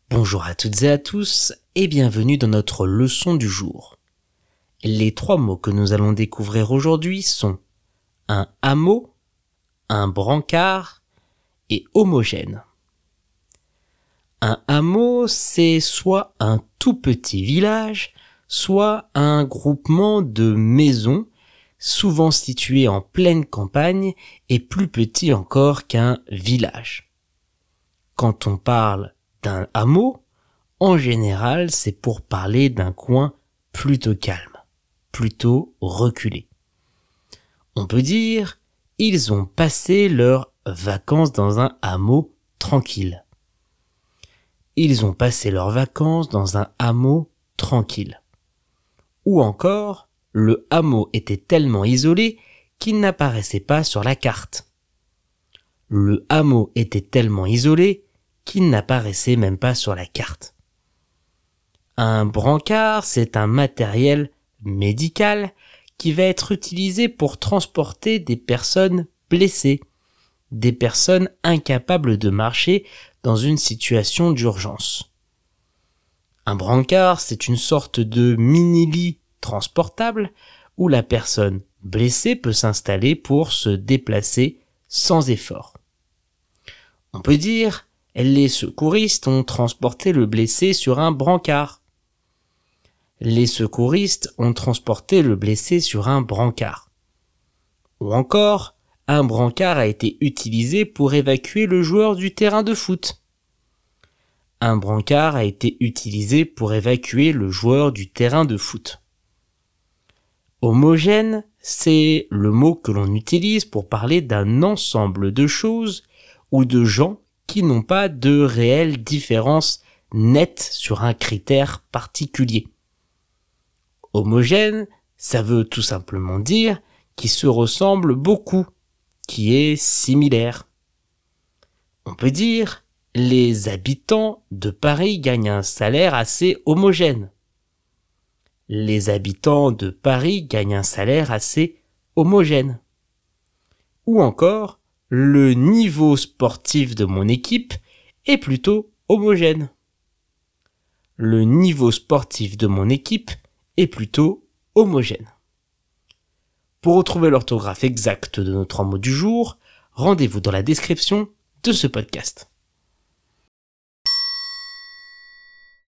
Bonjour à toutes et à tous et bienvenue dans notre leçon du jour. Les 3 mots que nous allons découvrir aujourd'hui sont un hameau, un brancard et homogène. Un hameau, c'est soit un tout petit village, soit un groupement de maisons, souvent situées en pleine campagne et plus petit encore qu'un village. Quand on parle d'un hameau, en général, c'est pour parler d'un coin plutôt calme, plutôt reculé. On peut dire, ils ont passé leurs vacances dans un hameau tranquille. Ils ont passé leurs vacances dans un hameau tranquille. Ou encore, le hameau était tellement isolé qu'il n'apparaissait pas sur la carte. Le hameau était tellement isolé qu'il n'apparaissait même pas sur la carte. Un brancard, c'est un matériel médical qui va être utilisé pour transporter des personnes blessées, des personnes incapables de marcher dans une situation d'urgence. Un brancard, c'est une sorte de mini-lit transportable où la personne blessée peut s'installer pour se déplacer sans effort. On peut dire les secouristes ont transporté le blessé sur un brancard. Les secouristes ont transporté le blessé sur un brancard. Ou encore, un brancard a été utilisé pour évacuer le joueur du terrain de foot. Un brancard a été utilisé pour évacuer le joueur du terrain de foot. Homogène, c'est le mot que l'on utilise pour parler d'un ensemble de choses ou de gens qui n'ont pas de réelle différence nette sur un critère particulier. Homogène, ça veut tout simplement dire qui se ressemble beaucoup, qui est similaire. On peut dire les habitants de Paris gagnent un salaire assez homogène. Les habitants de Paris gagnent un salaire assez homogène. Ou encore, le niveau sportif de mon équipe est plutôt homogène. Le niveau sportif de mon équipe est plutôt homogène. Pour retrouver l'orthographe exacte de nos 3 mots du jour, rendez-vous dans la description de ce podcast.